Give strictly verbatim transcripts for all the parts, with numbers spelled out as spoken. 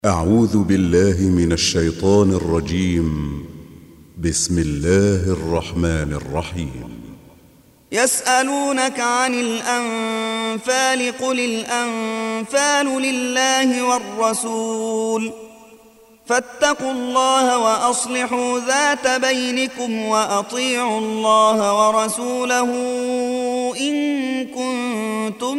أعوذ بالله من الشيطان الرجيم. بسم الله الرحمن الرحيم. يسألونك عن الأنفال قل الأنفال لله والرسول فاتقوا الله وأصلحوا ذات بينكم وأطيعوا الله ورسوله إن كنتم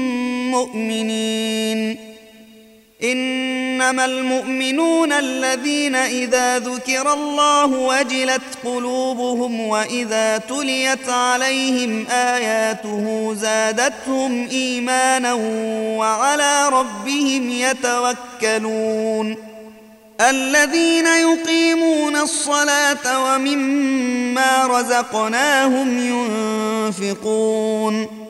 مؤمنين. إنما المؤمنون الذين إذا ذكر الله وجلت قلوبهم وإذا تليت عليهم آياته زادتهم إيمانا وعلى ربهم يتوكلون. الذين يقيمون الصلاة ومما رزقناهم ينفقون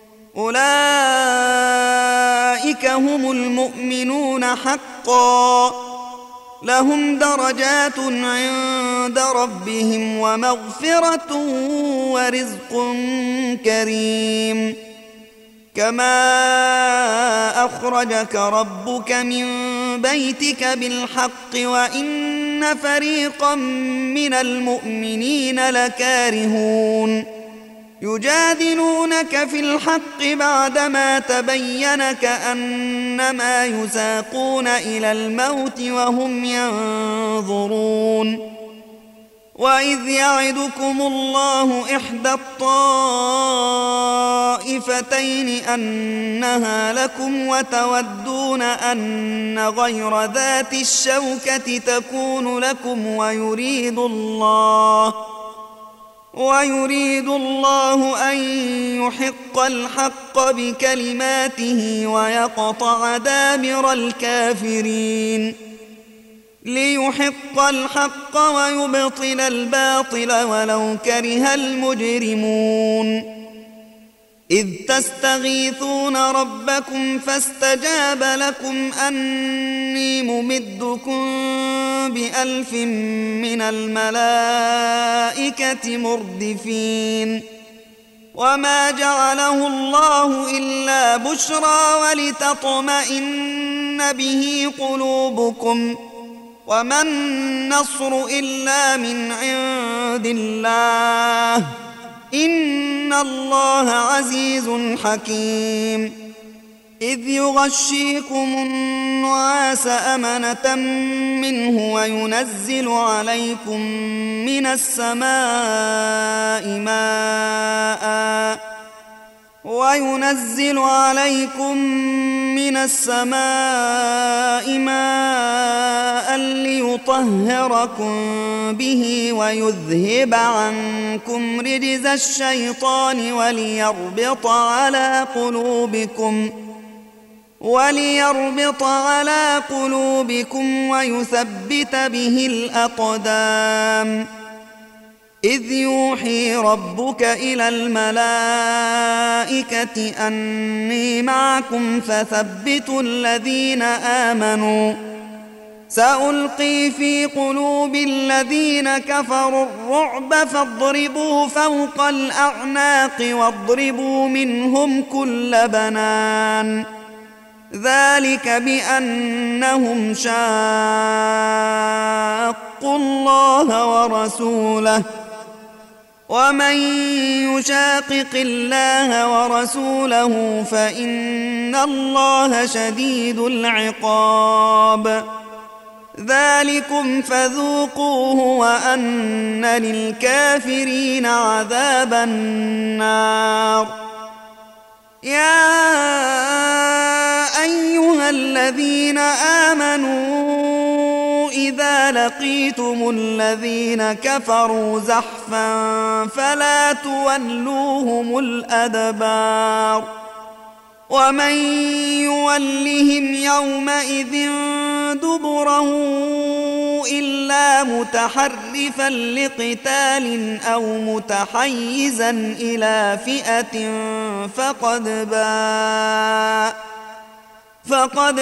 أولئك هم المؤمنون حقا لهم درجات عند ربهم ومغفرة ورزق كريم. كما أخرجك ربك من بيتك بالحق وإن فريقا من المؤمنين لكارهون يجادلونك في الحق بعدما تبين كأنما يساقون إلى الموت وهم ينظرون. وإذ يعدكم الله إحدى الطائفتين أنها لكم وتودون أن غير ذات الشوكة تكون لكم ويريد الله ويريد الله أن يحق الحق بكلماته ويقطع دابر الكافرين ليحق الحق ويبطل الباطل ولو كره المجرمون. إذ تستغيثون ربكم فاستجاب لكم أني ممدكم بألف من الملائكة مردفين. وما جعله الله إلا بشرى ولتطمئن به قلوبكم وما النصر إلا من عند الله إن الله عزيز حكيم. إذ يغشيكم النعاس أمنة منه وينزل عليكم من السماء ماء وينزل عليكم من السماء ماء ليطهركم به ويذهب عنكم رجز الشيطان وليربط على قلوبكم وليربط على قلوبكم ويثبت به الأقدام. إذ يوحي ربك إلى الملائكة أني معكم فثبتوا الذين آمنوا سألقي في قلوب الذين كفروا الرعب فاضربوا فوق الأعناق واضربوا منهم كل بنان. ذلك بأنهم شاقوا الله ورسوله ومن يشاقق الله ورسوله فإن الله شديد العقاب. ذلكم فذوقوه وأن للكافرين عذاب النار. يا أيها الذين آمنوا إذا لقيتم الذين كفروا زحفا فلا تولوهم الأدبار. ومن يولهم يومئذ دبره إلا متحرفا لقتال أو متحيزا إلى فئة فقد باء فقد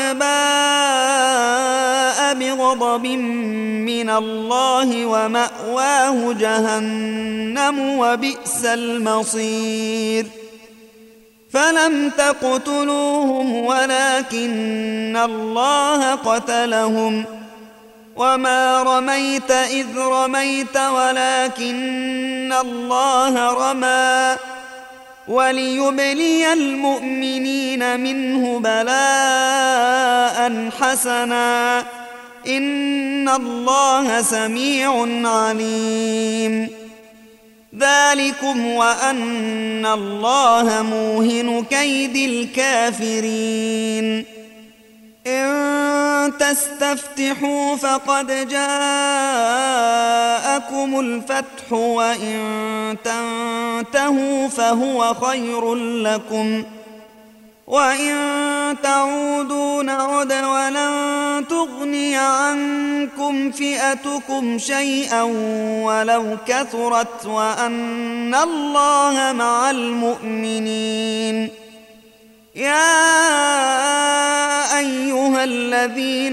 باء بغضب من الله ومأواه جهنم وبئس المصير. فلم تقتلوهم ولكن الله قتلهم وما رميت إذ رميت ولكن الله رمى وليبلي المؤمنين منه بلاء حسنا إن الله سميع عليم. ذلكم وأن الله موهن كيد الكافرين. إن تستفتحوا فقد جاءكم الفتح وإن تنتهوا فهو خير لكم وإن تعودوا نعد ولن تغني عنكم فئتكم شيئا ولو كثرت وأن الله مع المؤمنين. يا أيها الذين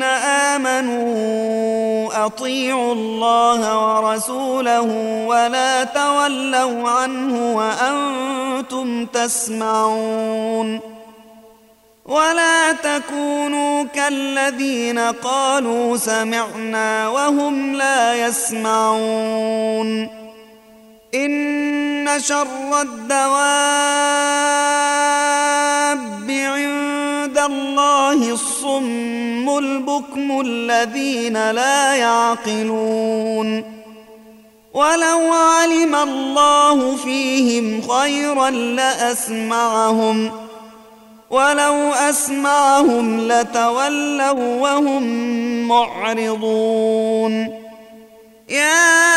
آمنوا أطيعوا الله ورسوله ولا تولوا عنه وأنتم تسمعون ولا تكونوا كالذين قالوا سمعنا وهم لا يسمعون. إن شر الدواب عند الله الصم البكم الذين لا يعقلون. ولو علم الله فيهم خيرا لأسمعهم ولو أسمعهم لتولوا وهم معرضون. يا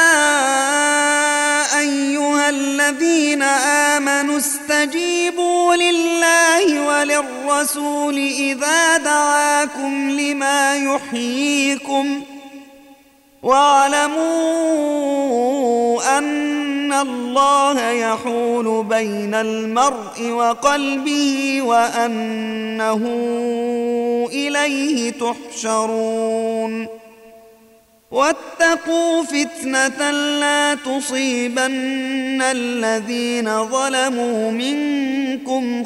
أيها الذين آمنوا استجيبوا لله وللرسول إذا دعاكم لما يحييكم واعلموا أن الله يحول بين المرء وقلبه وأنه إليه تحشرون. واتقوا فتنة لا تصيبن الذين ظلموا منكم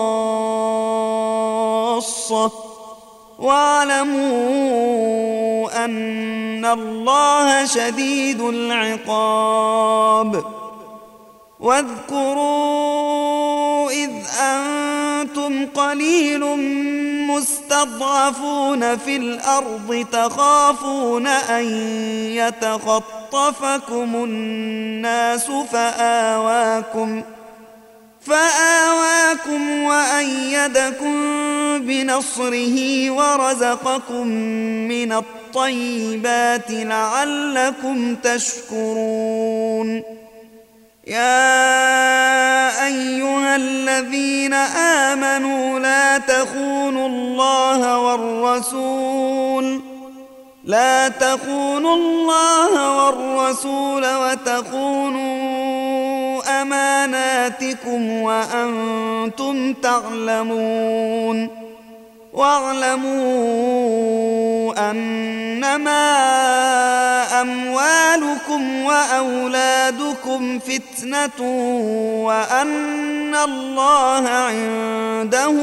خاصة واعلموا أن الله شديد العقاب. واذكروا إذ أنتم قليل مستضعفون في الأرض تخافون أن يتخطفكم الناس فآواكم فآواكم وأيدكم بنصره ورزقكم من الطيبات لعلكم تشكرون. يا أيها الذين آمنوا لا تخونوا الله والرسول لا تخونوا الله والرسول وتخونوا أماناتكم وأنتم تعلمون. واعلموا أنما أموالكم وأولادكم فتنة وأن الله عنده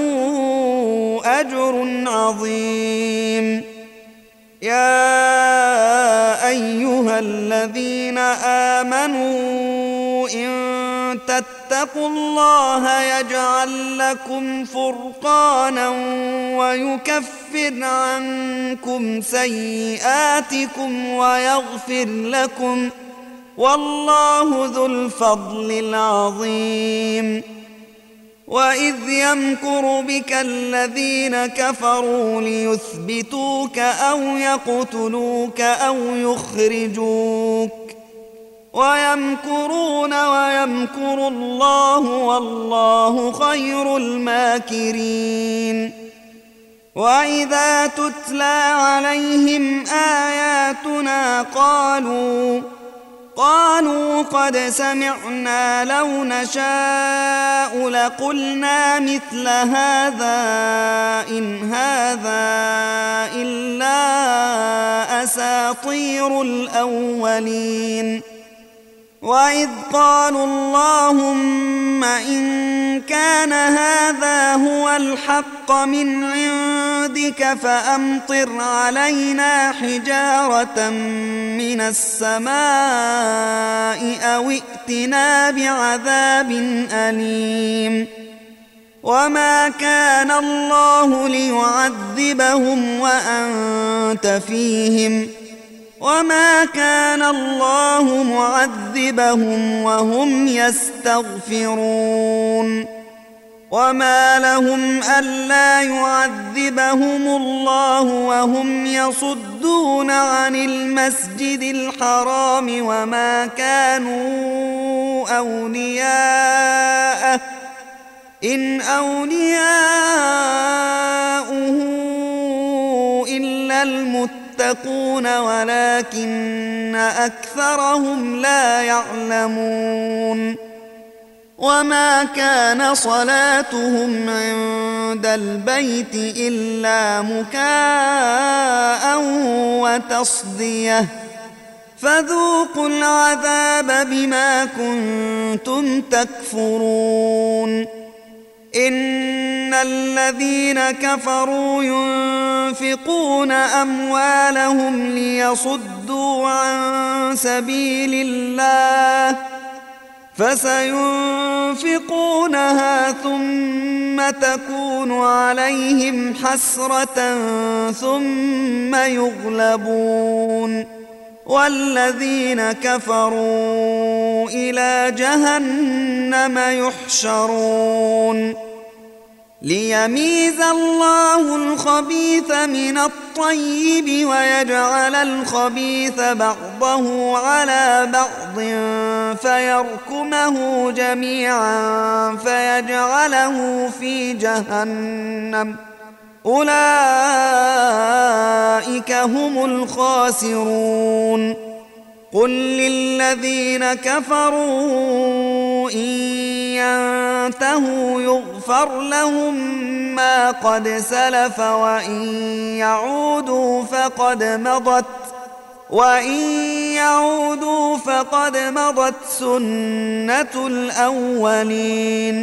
أجر عظيم. يا أيها الذين آمنوا إن تتقوا الله يجعل لكم فرقانا ويكفر عنكم سيئاتكم ويغفر لكم والله ذو الفضل العظيم. وإذ يمكر بك الذين كفروا ليثبتوك أو يقتلوك أو يخرجوك ويمكرون ويمكر الله والله خير الماكرين. وإذا تتلى عليهم آياتنا قالوا قالوا قد سمعنا لو نشاء لقلنا مثل هذا إن هذا إلا أساطير الأولين. وإذ قالوا اللهم إن كان هذا هو الحق من عندك فأمطر علينا حجارة من السماء أو ائتنا بعذاب أليم وما كان الله ليعذبهم وأنت فيهم وما كان الله معذبهم وهم يستغفرون وما لهم ألا يعذبهم الله وهم يصدون عن المسجد الحرام وما كانوا أولياءه إن أولياؤه إلا المتقون ولكن أكثرهم لا يعلمون وما كان صلاتهم عند البيت إلا مكاء وتصدية فذوقوا العذاب بما كنتم تكفرون إن الذين كفروا ينفقون أموالهم ليصدوا عن سبيل الله فسينفقونها ثم تكون عليهم حسرة ثم يغلبون والذين كفروا إلى جهنم يحشرون ليميز الله الخبيث من الطيب ويجعل الخبيث بعضه على بعض فيركمه جميعا فيجعله في جهنم أولئك هم الخاسرون قل للذين كفروا إن ينتهوا يغفر لهم ما قد سلف وإن يعودوا فقد مضت وإن يعودوا فقد مضت سنة الأولين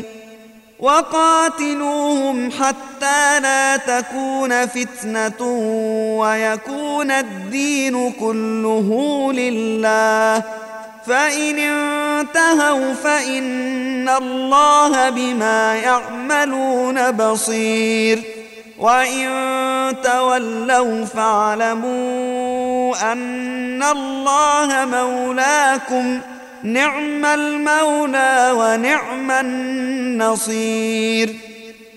وقاتلوهم حتى لا تكون فتنة ويكون الدين كله لله فإن انتهوا فإن الله بما يعملون بصير وإن تولوا فاعلموا أن الله مولاكم نعم المولى ونعم النصير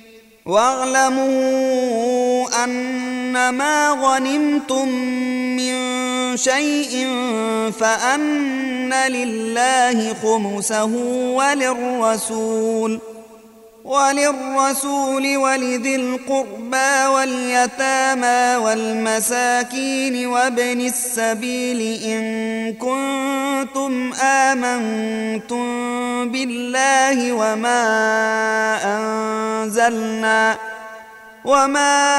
واعلموا أنما غنمتم من شيء فأن لله خمسه وللرسول وللرسول ولذي القربى واليتامى والمساكين وابن السبيل إن كنتم آمنتم بالله وما أنزلنا وما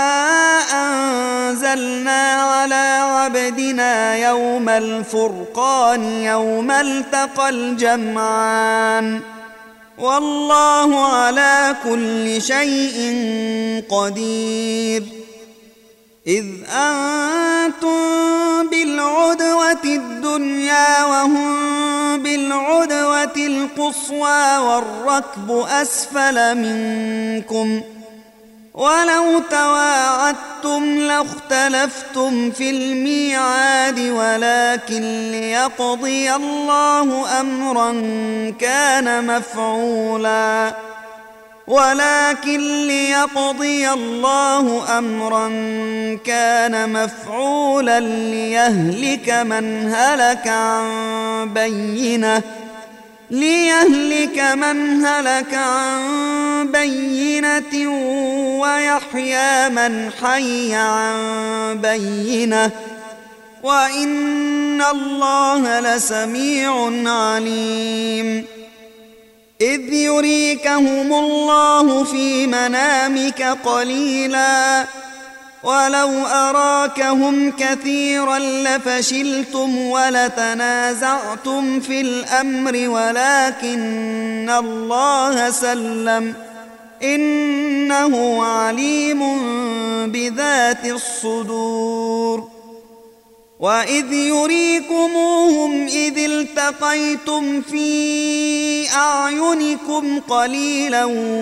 أنزلنا على عبدنا يوم الفرقان يوم التقى الجمعان والله على كل شيء قدير إذ أنتم بالعدوة الدنيا وهم بالعدوة القصوى والركب أسفل منكم ولو تواعدتم لاختلفتم في الميعاد ولكن ليقضي الله أمرا كان مفعولا ولكن ليقضي الله أمرا كان مفعولا ليهلك من هلك عن بينه ليهلك من هلك عن بينة ويحيى من حي عن بينة وإن الله لسميع عليم إذ يريكهم الله في منامك قليلا ولو أراكهم كثيرا لفشلتم ولتنازعتم في الأمر ولكن الله سلم إنه عليم بذات الصدور وإذ يريكموهم إذ التقيتم في أعينكم قليلا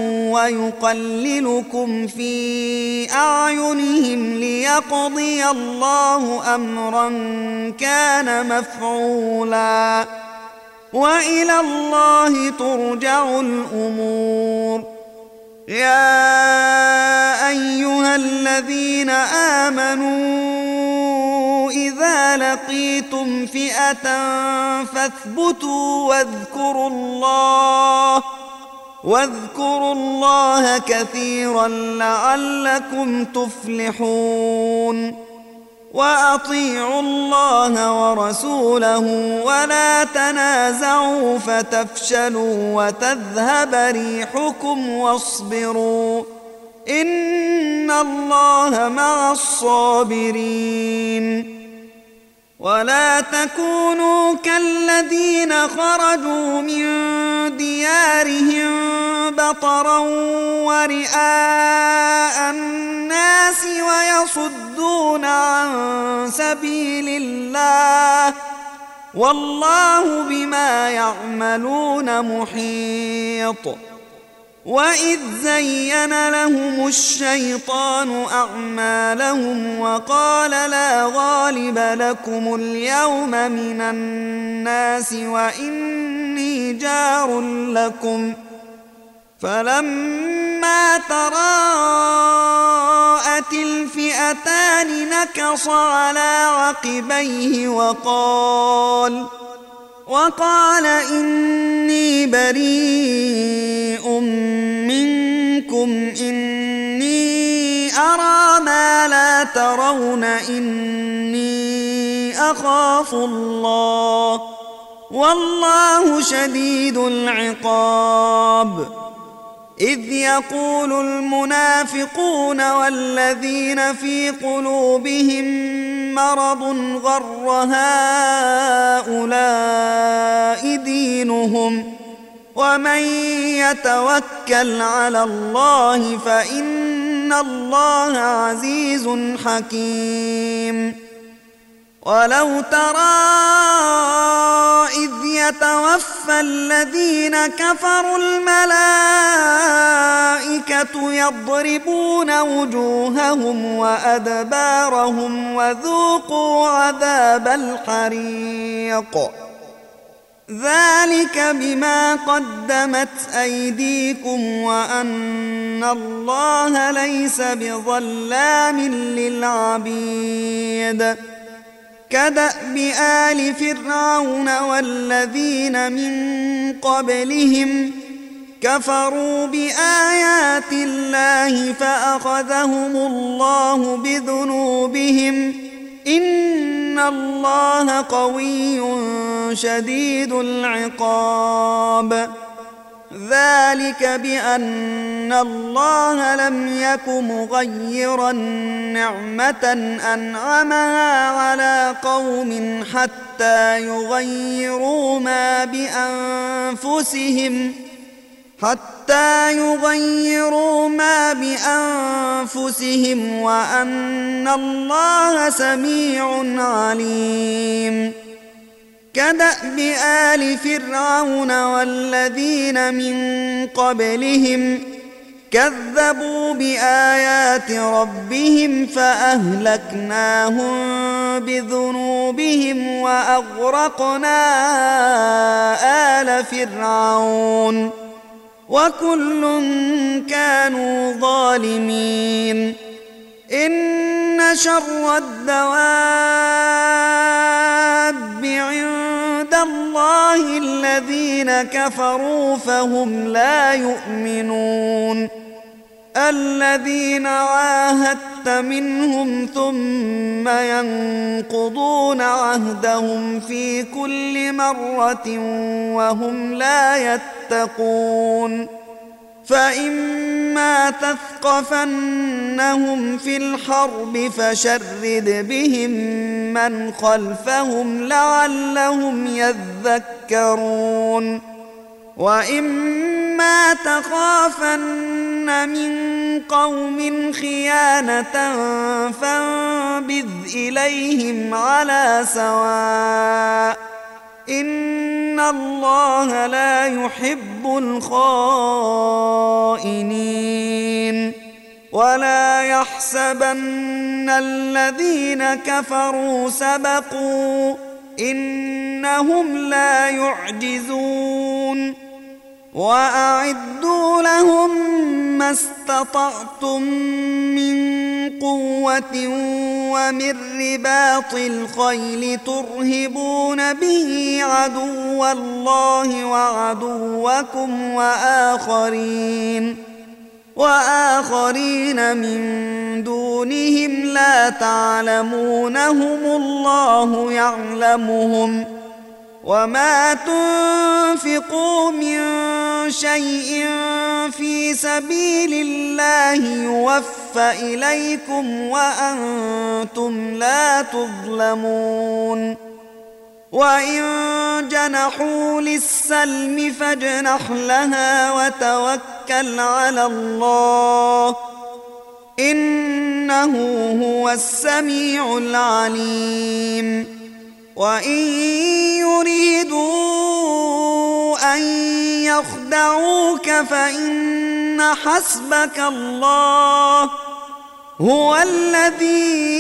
ويقللكم في أعينهم ليقضي الله أمرا كان مفعولا وإلى الله ترجع الأمور يا أيها الذين آمنوا إذا لقيتم فئة فاثبتوا واذكروا الله واذكروا الله كثيرا لعلكم تفلحون وأطيعوا الله ورسوله ولا تنازعوا فتفشلوا وتذهب ريحكم واصبروا إن الله مع الصابرين ولا تكونوا كالذين خرجوا من ديارهم بطرا ورئاء الناس ويصدون عن سبيل الله والله بما يعملون محيط وإذ زين لهم الشيطان أعمالهم وقال لا غالب لكم اليوم من الناس وإني جار لكم فلما تراءت الفئتان نكص على عقبيه وقال وقال إني بريء منكم إني أرى ما لا ترون إني أخاف الله والله شديد العقاب إذ يقول المنافقون والذين في قلوبهم مرض غر هؤلاء دينهم ومن يتوكل على الله فإن الله عزيز حكيم ولو ترى إذ يتوفى الذين كفروا الملائكة يضربون وجوههم وأدبارهم وذوقوا عذاب الحريق ذلك بما قدمت أيديكم وأن الله ليس بظلام للعبيد كدأب آل فرعون والذين من قبلهم كفروا بآيات الله فأخذهم الله بذنوبهم إن الله قوي شديد العقاب ذلك بأن الله لم يك مغيرا نعمة أنعمها على قوم حتى يغيروا ما بأنفسهم حتى يغيروا ما بأنفسهم وأن الله سميع عليم كدأب آل فرعون والذين من قبلهم كذبوا بآيات ربهم فأهلكناهم بذنوبهم وأغرقنا آل فرعون وكل كانوا ظالمين إن شر الدواب عند الله الذين كفروا فهم لا يؤمنون الذين عاهدت منهم ثم ينقضون عهدهم في كل مرة وهم لا يتقون فإما تثقفنهم في الحرب فشرد بهم من خلفهم لعلهم يذكرون وإما تخافن من قوم خيانة فانبذ إليهم على سواء إن الله لا يحب الخائنين ولا يحسبن الذين كفروا سبقوا إنهم لا يعجزون وأعدوا لهم ما استطعتم من قوة ومن رباط الخيل ترهبون به عدو الله وعدوكم وآخرين وآخرين من دونهم لا تعلمونهم الله يعلمهم وما تنفقوا من شيء في سبيل الله يوفى إليكم وأنتم لا تظلمون وإن جنحوا للسلم فاجنح لها وتوكل على الله إنه هو السميع العليم وإن يريدوا أن يخدعوك فإن حسبك الله هو الذي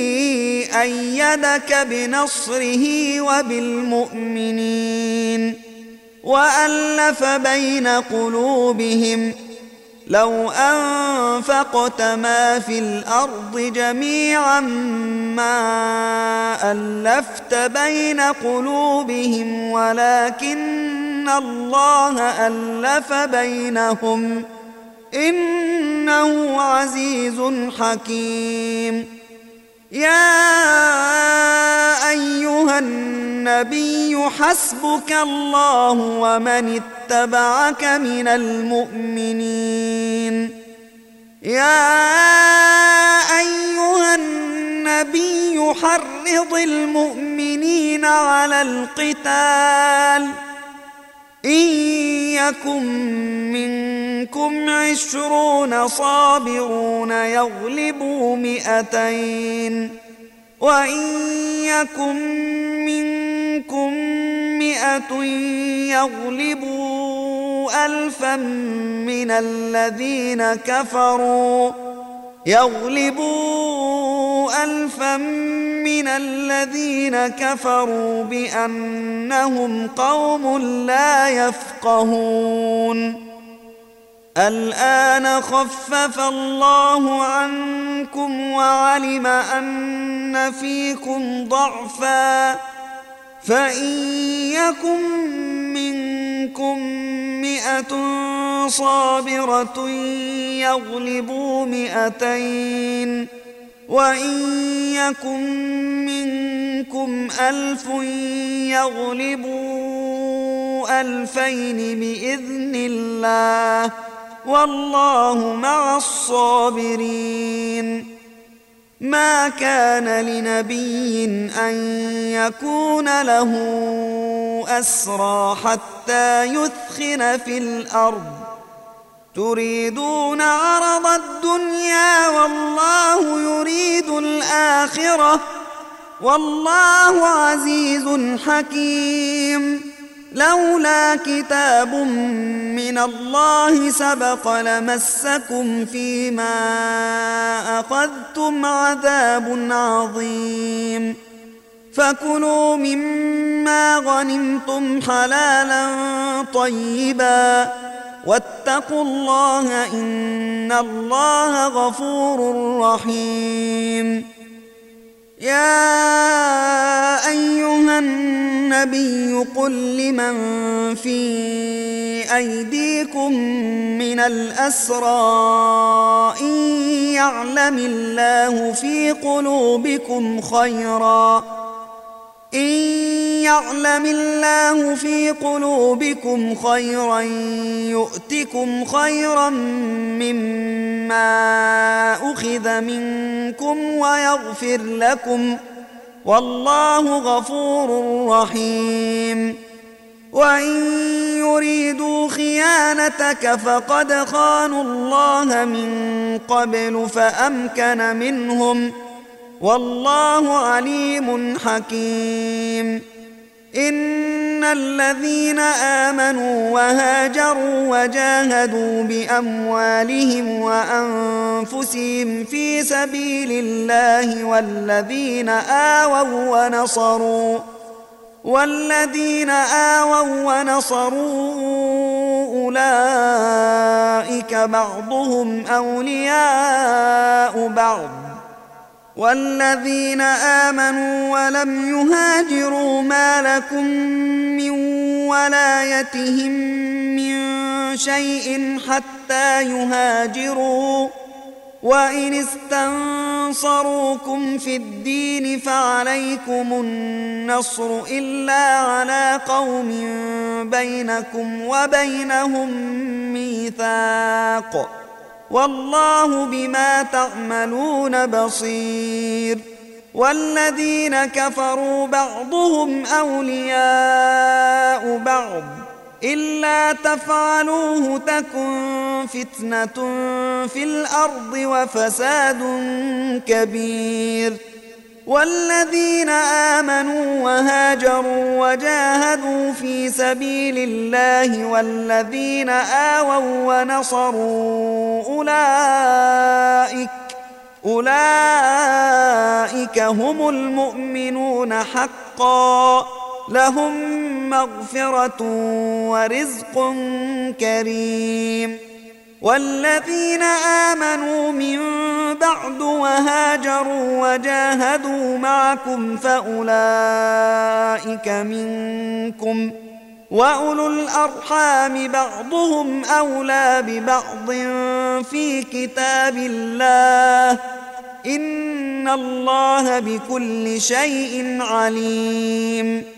أيدك بنصره وبالمؤمنين وألف بين قلوبهم لو أنفقت ما في الأرض جميعا ما ألفت بين قلوبهم ولكن الله ألف بينهم إنه عزيز حكيم يا أيها النبي حسبك الله ومن اتبعك من المؤمنين يا أيها النبي حرض المؤمنين على القتال إن يكن منكم عشرون صابرون يغلبوا مئتين وإن يكن منكم مئة يغلبوا ألفا من الذين كفروا يغلبوا ألفا من الذين كفروا بأنهم قوم لا يفقهون الآن خفف الله عنكم وعلم أن فيكم ضعفا فإن يكن منكم مئة صابرة يغلبوا مئتين وإن يكن منكم ألف يغلبوا ألفين بإذن الله والله مع الصابرين ما كان لنبي أن يكون له أسرى حتى يثخن في الأرض تريدون عرض الدنيا والله يريد الآخرة والله عزيز حكيم لولا كتاب من الله سبق لمسكم فيما أخذتم عذاب عظيم فكلوا مما غنمتم حلالا طيبا واتقوا الله إن الله غفور رحيم يا أيها النبي قل لمن في أيديكم من الأسرى إن يعلم الله في قلوبكم خيرا إن يعلم الله في قلوبكم خيرا يؤتكم خيرا مما أخذ منكم ويغفر لكم والله غفور رحيم وإن يريدوا خيانتك فقد خانوا الله من قبل فأمكن منهم والله عليم حكيم إن الذين آمنوا وهاجروا وجاهدوا بأموالهم وأنفسهم في سبيل الله والذين آووا ونصروا والذين آووا ونصروا أولئك بعضهم أولياء بعض والذين آمنوا ولم يهاجروا ما لكم من ولايتهم من شيء حتى يهاجروا وإن استنصروكم في الدين فعليكم النصر إلا على قوم بينكم وبينهم ميثاق والله بما تعملون بصير والذين كفروا بعضهم أولياء بعض إلا تفعلوه تكن فتنة في الأرض وفساد كبير والذين آمنوا وهاجروا وجاهدوا في سبيل الله والذين آووا ونصروا أولئك أولئك هم المؤمنون حقا لهم مغفرة ورزق كريم والذين آمنوا من بعد وهاجروا وجاهدوا معكم فأولئك منكم وأولو الأرحام بعضهم أولى ببعض في كتاب الله إن الله بكل شيء عليم